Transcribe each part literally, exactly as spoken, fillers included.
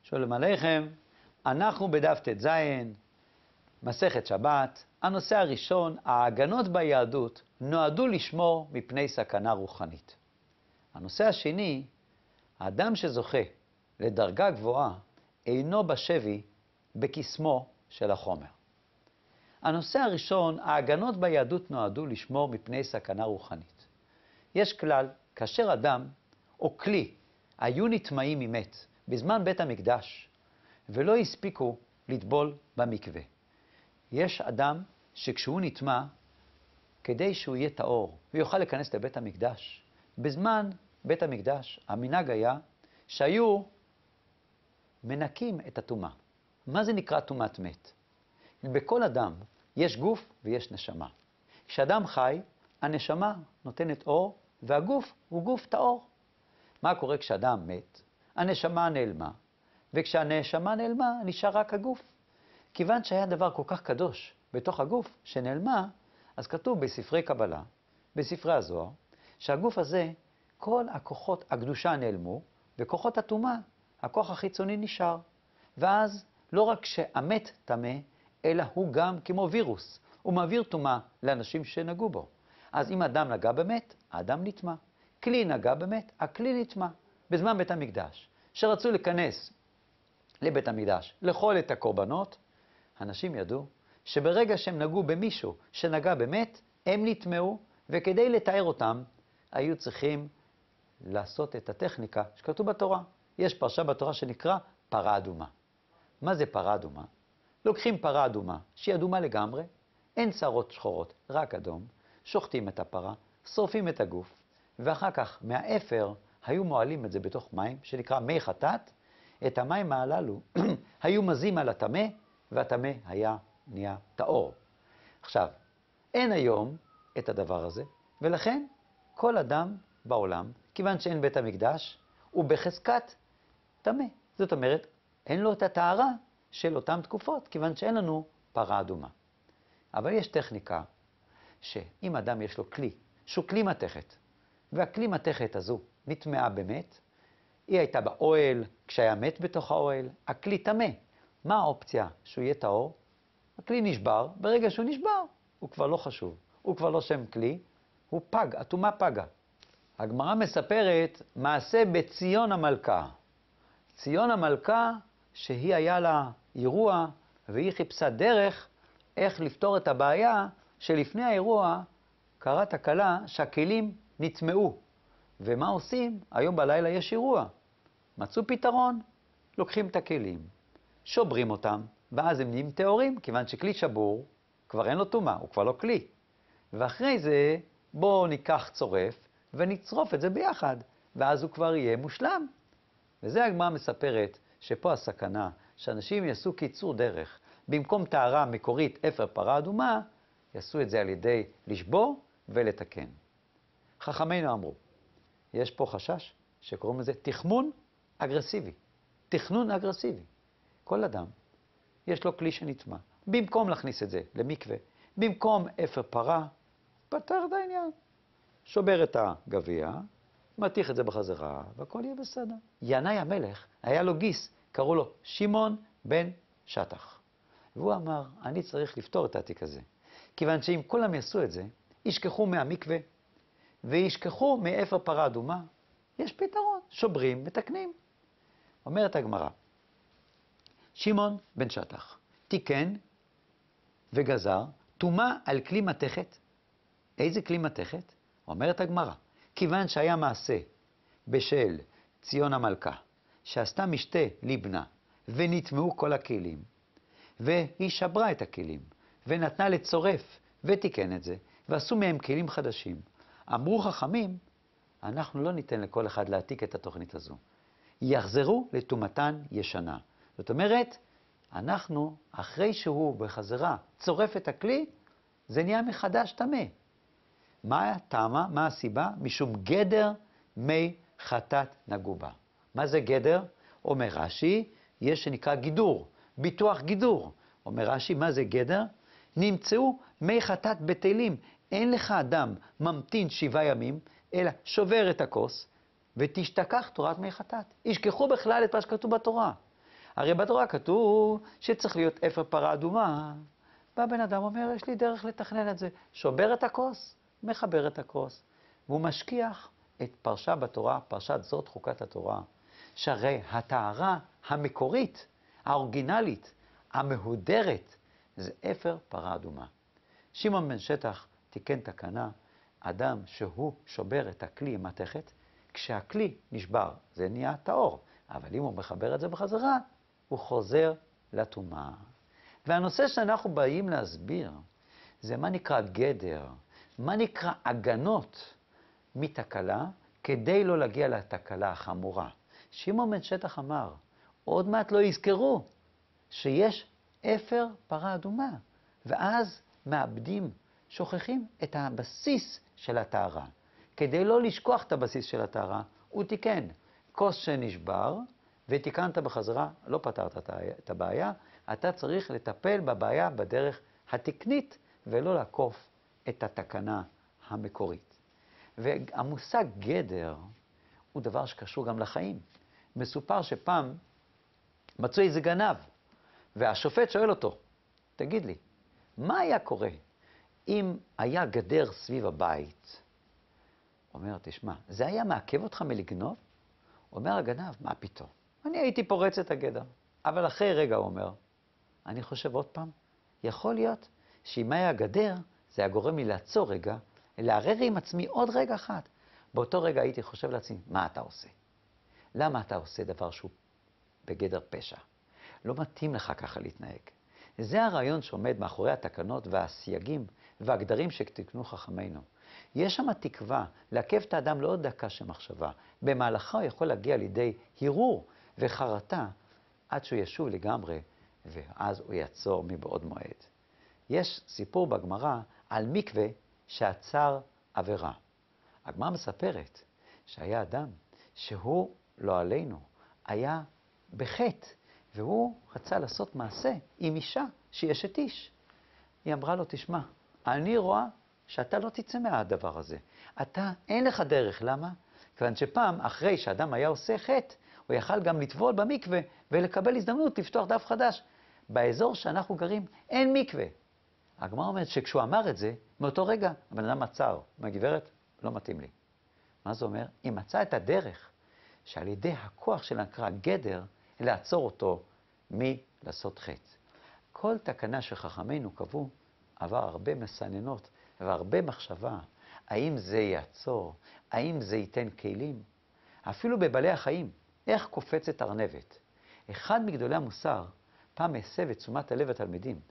שלום עליכם, אנחנו בדף ט"ז, מסכת שבת. הנושא הראשון, ההגנות ביהדות נועדו לשמור מפני סכנה רוחנית. הנושא השני, האדם שזוכה לדרגה גבוהה אינו בשבי בקסמו של החומר. הנושא הראשון, ההגנות ביהדות נועדו לשמור מפני סכנה רוחנית. יש כלל, כאשר אדם או כלי היו נטמעים ממת בזמן בית המקדש ולא הספיקו לטבול במקווה. יש אדם שכשהוא נטמע, כדי שהוא יהיה טהור ויוכל להיכנס לבית המקדש, בזמן בית המקדש המנהג היה שהיו מנקים את הטומאה. מה זה נקרא טומאת מת? בכל אדם יש גוף ויש נשמה. כשאדם חי, הנשמה נותנת אור והגוף הוא גוף טהור. מה קורה כשאדם מת? הנשמה נעלמה, וכשהנשמה נעלמה נשאר רק הגוף. כיוון שהיה דבר כל כך קדוש בתוך הגוף שנעלמה, אז כתוב בספרי קבלה, בספרי הזוהר, שהגוף הזה, כל הכוחות הקדושה נעלמו, וכוחות הטומאה, הכוח החיצוני נשאר. ואז לא רק שהמת טמא, אלא הוא גם כמו וירוס, הוא מעביר טומאה לאנשים שנגעו בו. אז אם אדם נגע במת, האדם נטמא. כלי נגע במת, הכלי נטמא. בזמן בית המקדש, שרצו להיכנס לבית המקדש, לאכול את הקורבנות, אנשים ידעו שברגע שהם נגעו במישהו שנגע במת, הם נטמאו, וכדי לתאר אותם, היו צריכים לעשות את הטכניקה שכתוב בתורה. יש פרשה בתורה שנקרא פרה אדומה. מה זה פרה אדומה? לוקחים פרה אדומה, שהיא אדומה לגמרי, אין שערות שחורות, רק אדום, שוחטים את הפרה, שורפים את הגוף, ואחר כך מהאפר היו מועלים את זה בתוך מים, שנקרא מי חטאת. את המים הללו היו מזים על הטמא, והטמא היה נהיה טהור. עכשיו, אין היום את הדבר הזה, ולכן כל אדם בעולם, כיוון שאין בית המקדש, הוא בחזקת טמא. זאת אומרת, אין לו את הטהרה של אותן תקופות, כיוון שאין לנו פרה אדומה. אבל יש טכניקה, שאם אדם יש לו כלי, שהוא כלי מתכת, והכלי מתכת הזו נטמעה במת, היא הייתה באוהל, כשהיה מת בתוך האוהל, הכלי טמא. מה האופציה? שהוא יהיה טהור? הכלי נשבר, ברגע שהוא נשבר, הוא כבר לא חשוב. הוא כבר לא שם כלי, הוא פג, הטומאה פגה. הגמרא מספרת מעשה בציון המלכה. ציון המלכה, שהיא היה לה אירוע, והיא חיפשה דרך איך לפתור את הבעיה, שלפני האירוע קרה תקלה שהכלים נטמעו. ומה עושים? היום בלילה יש אירוע. מצאו פתרון, לוקחים את הכלים, שוברים אותם, ואז הם נהיים טהורים, כיוון שכלי שבור, כבר אין לו טומאה, הוא כבר לא כלי. ואחרי זה, בואו ניקח צורף, ונצרוף את זה ביחד, ואז הוא כבר יהיה מושלם. וזה הגמרא מספרת, שפה הסכנה, שאנשים יעשו קיצור דרך, במקום טהרה מקורית אפר פרה אדומה, יעשו את זה על ידי לשבור ולתקן. חכמינו אמרו, יש פה חשש שקוראים לזה תכמון אגרסיבי, תכנון אגרסיבי. כל אדם יש לו כלי שנטמע. במקום להכניס את זה למקווה, במקום אפר פרה, פתר את העניין. שובר את הגביע, מתיך את זה בחזרה, והכל יהיה בסדר. ינאי המלך, היה לו גיס, קראו לו שמעון בן שטח. והוא אמר, אני צריך לפתור את התיק הזה. כיוון שאם כולם יעשו את זה, ישכחו מהמקווה, וישכחו מאפר פרה אדומה, יש פתרון, שוברים, מתקנים. אומרת הגמרא, שמעון בן שטח תיקן וגזר טומאה על כלי מתכת. איזה כלי מתכת? אומרת הגמרא, כיוון שהיה מעשה בשל ציון המלכה, שעשתה משתה לבנה, ונטמעו כל הכלים, והיא שברה את הכלים, ונתנה לצורף, ותיקן את זה, ועשו מהם כלים חדשים. אמרו חכמים, אנחנו לא ניתן לכל אחד להעתיק את התוכנית הזו. יחזרו לטומאתן ישנה. זאת אומרת, אנחנו, אחרי שהוא בחזרה צורף את הכלי, זה נהיה מחדש טמא. מה הטעמה? מה הסיבה? משום גדר מי חטאת נגעו בה. מה זה גדר? אומר רש"י, יש שנקרא גידור, ביטוח גידור. אומר רש"י, מה זה גדר? נמצאו מי חטאת בטלים. אין לך אדם ממתין שבעה ימים, אלא שובר את הכוס, ותשתכח תורת מי חטאת. ישכחו בכלל את מה שכתוב בתורה. הרי בתורה כתוב שצריך להיות אפר פרה אדומה. בא בן אדם אומר, יש לי דרך לתכנן את זה. שובר את הכוס, מחבר את הכוס. והוא משכיח את פרשה בתורה, פרשת זאת חוקת התורה. שהרי הטהרה המקורית, האורגינלית, המהודרת, זה אפר פרה אדומה. שמעון בן שטח תיקן תקנה, אדם שהוא שובר את הכלי עם מתכת, כשהכלי נשבר, זה נהיה טהור. אבל אם הוא מחבר את זה בחזרה, הוא חוזר לטומאה. והנושא שאנחנו באים להסביר, זה מה נקרא גדר, מה נקרא הגנות מתקלה, כדי לא להגיע לתקלה החמורה. שמעון בן שטח אמר, עוד מעט לא יזכרו שיש אפר פרה אדומה, ואז מאבדים, שוכחים את הבסיס של הטהרה. כדי לא לשכוח את הבסיס של הטהרה, הוא תיקן כוס שנשבר, ותיקנת בחזרה, לא פתרת את הבעיה, אתה צריך לטפל בבעיה בדרך התקנית, ולא לעקוף את התקנה המקורית. והמושג גדר הוא דבר שקשור גם לחיים. מסופר שפעם מצאו איזה גנב, והשופט שואל אותו, תגיד לי, מה היה קורה אם היה גדר סביב הבית? הוא אומר, תשמע, זה היה מעכב אותך מלגנוב? אומר הגנב, מה פתאום? אני הייתי פורץ את הגדר. אבל אחרי רגע הוא אומר, אני חושב עוד פעם, יכול להיות שאם היה גדר, זה היה גורם לי לעצור רגע, לערער עם עצמי עוד רגע אחד. באותו רגע הייתי חושב לעצמי, מה אתה עושה? למה אתה עושה דבר שהוא בגדר פשע? לא מתאים לך ככה להתנהג. זה הרעיון שעומד מאחורי התקנות והסייגים והגדרים שתקנו חכמינו. יש שם תקווה לעכב את האדם לעוד דקה של מחשבה. במהלכה הוא יכול להגיע לידי הרהור וחרטה עד שהוא ישוב לגמרי, ואז הוא יעצור מבעוד מועד. יש סיפור בגמרא על מקווה שעצר עבירה. הגמרא מספרת שהיה אדם שהוא, לא עלינו, היה בחטא, והוא רצה לעשות מעשה עם אישה שהיא אשת איש. היא אמרה לו, תשמע, אני רואה שאתה לא תצא מהדבר הזה. אתה, אין לך דרך. למה? כיוון שפעם, אחרי שאדם היה עושה חטא, הוא יכל גם לטבול במקווה ולקבל הזדמנות לפתוח דף חדש. באזור שאנחנו גרים אין מקווה. הגמרא אומרת שכשהוא אמר את זה, מאותו רגע הבן אדם עצר. מהגברת, לא מתאים לי. מה זה אומר? היא מצאה את הדרך שעל ידי הכוח שלה נקרא גדר, לעצור אותו מלעשות חטא. כל תקנה שחכמינו קבעו עבר הרבה מסננות והרבה מחשבה. האם זה יעצור? האם זה ייתן כלים? אפילו בבעלי החיים, איך קופצת ארנבת? אחד מגדולי המוסר פעם הסב את תשומת הלב התלמידים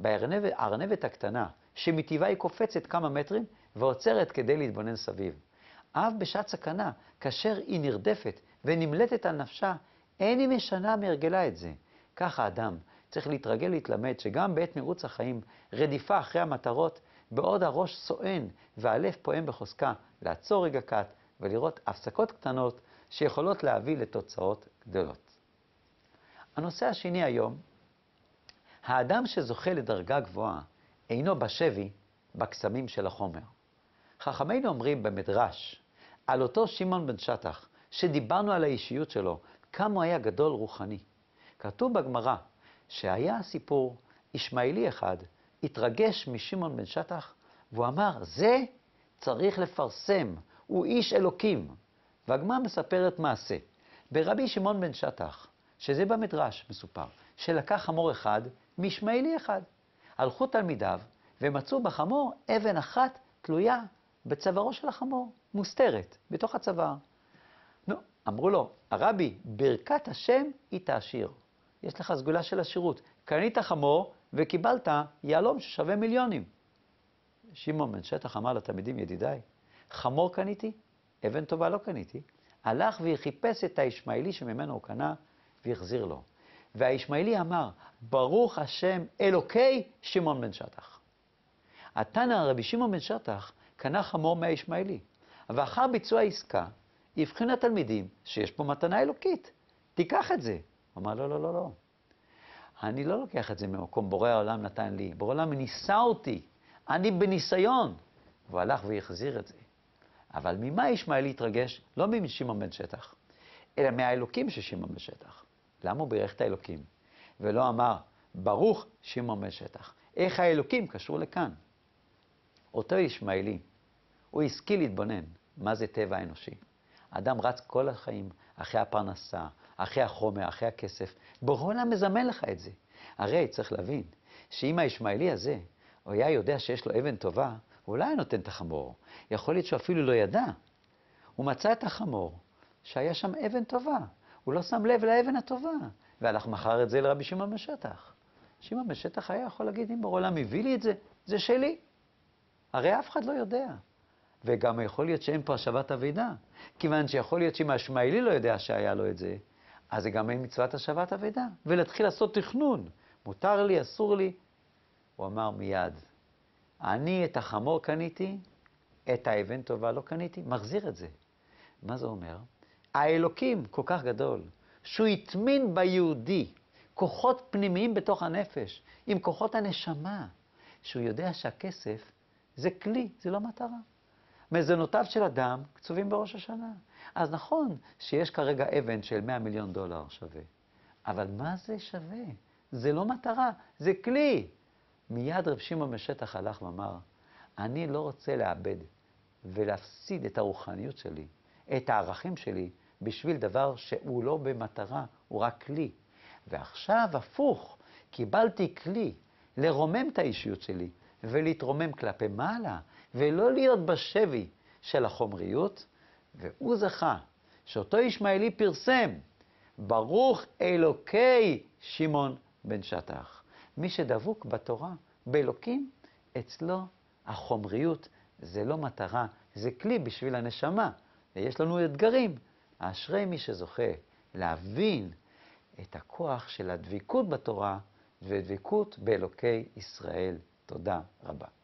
בארנבת הקטנה, שמטבעה היא קופצת כמה מטרים ועוצרת כדי להתבונן סביב. אף בשעת סכנה, כאשר היא נרדפת ונמלטת על נפשה, אין היא משנה מהרגלה את זה. כך האדם צריך להתרגל להתלמד שגם בעת מירוץ החיים, רדיפה אחרי המטרות, בעוד הראש סואן והלב פועם בחוזקה, לעצור רגע קט ולראות הפסקות קטנות שיכולות להביא לתוצאות גדולות. הנושא השני היום, האדם שזוכה לדרגה גבוהה אינו בשבי בקסמים של החומר. חכמינו אומרים במדרש על אותו שמעון בן שטח, שדיברנו על האישיות שלו, כמה הוא היה גדול רוחני. כתוב בגמרא שהיה סיפור, ישמעאלי אחד התרגש משמעון בן שטח, והוא אמר, זה צריך לפרסם, הוא איש אלוקים. והגמרא מספרת מעשה. ברבי שמעון בן שטח, שזה במדרש מסופר, שלקח חמור אחד מישמעאלי אחד. הלכו תלמידיו ומצאו בחמור אבן אחת תלויה בצווארו של החמור, מוסתרת, בתוך הצוואר. נו, אמרו לו, הרבי, ברכת השם היא תעשיר. יש לך סגולה של עשירות. קנית חמור וקיבלת יהלום ששווה מיליונים. שמעון בן שטח אמר לתלמידים, ידידיי, חמור קניתי, אבן טובה לא קניתי. הלך וחיפש את הישמעאלי שממנו הוא קנה והחזיר לו. והישמעאלי אמר, ברוך השם אלוקי שמעון בן שטח. התנא רבי שמעון בן שטח קנה חמור מהישמעאלי. ואחר ביצוע העסקה, הבחין התלמידים שיש פה מתנה אלוקית. תיקח את זה. הוא אמר, לא, לא, לא, לא. אני לא לוקח את זה ממקום, בורא העולם נתן לי. בורא העולם ניסה אותי. אני בניסיון. והוא הלך והחזיר את זה. אבל ממה ישמעאלי התרגש? לא משמעון בן שטח, אלא מהאלוקים של שמעון בן שטח. למה הוא בירך את האלוקים? ולא אמר, ברוך שמעון בן שטח. איך האלוקים קשור לכאן? אותו ישמעאלי, הוא השכיל להתבונן מה זה טבע האנושי. האדם רץ כל החיים אחרי הפרנסה, אחרי החומר, אחרי הכסף. בורא עולם מזמן לך את זה. הרי צריך להבין שאם הישמעאלי הזה, הוא היה יודע שיש לו אבן טובה, הוא אולי נותן את החמור. יכול להיות שהוא אפילו לא ידע. הוא מצא את החמור, שהיה שם אבן טובה. הוא לא שם לב לאבן הטובה. והלך מחר את זה לרבי שמעון בן שטח. שמעון בן שטח היה יכול להגיד, אם בורא עולם הביא לי את זה, זה שלי. הרי אף אחד לא יודע. וגם יכול להיות שאין פה השבת אבידה. כיוון שיכול להיות שאם הישמעאלי לא יודע שהיה לו את זה, אז זה גם אין מצוות השבת אבידה. ולהתחיל לעשות תכנון. מותר לי, אסור לי. הוא אמר מיד, אני את החמור קניתי, את האבן טובה לא קניתי, מחזיר את זה. מה זה אומר? האלוקים כל כך גדול, שהוא התמין ביהודי כוחות פנימיים בתוך הנפש, עם כוחות הנשמה, שהוא יודע שהכסף זה כלי, זה לא מטרה. מזונותיו של אדם קצובים בראש השנה. אז נכון שיש כרגע אבן של מאה מיליון דולר שווה, אבל מה זה שווה? זה לא מטרה, זה כלי. מיד רב שמעון בן שטח הלך ואמר, אני לא רוצה לאבד ולהפסיד את הרוחניות שלי, את הערכים שלי, בשביל דבר שהוא לא במטרה, הוא רק כלי. ועכשיו הפוך, קיבלתי כלי לרומם את האישיות שלי ולהתרומם כלפי מעלה, ולא להיות בשבי של החומריות. והוא זכה שאותו ישמעאלי פרסם, ברוך אלוקי שמעון בן שטח. מי שדבוק בתורה, באלוקים, אצלו החומריות זה לא מטרה, זה כלי בשביל הנשמה. ויש לנו אתגרים. אשרי מי שזוכה להבין את הכוח של הדביקות בתורה ודביקות באלוקי ישראל. תודה רבה.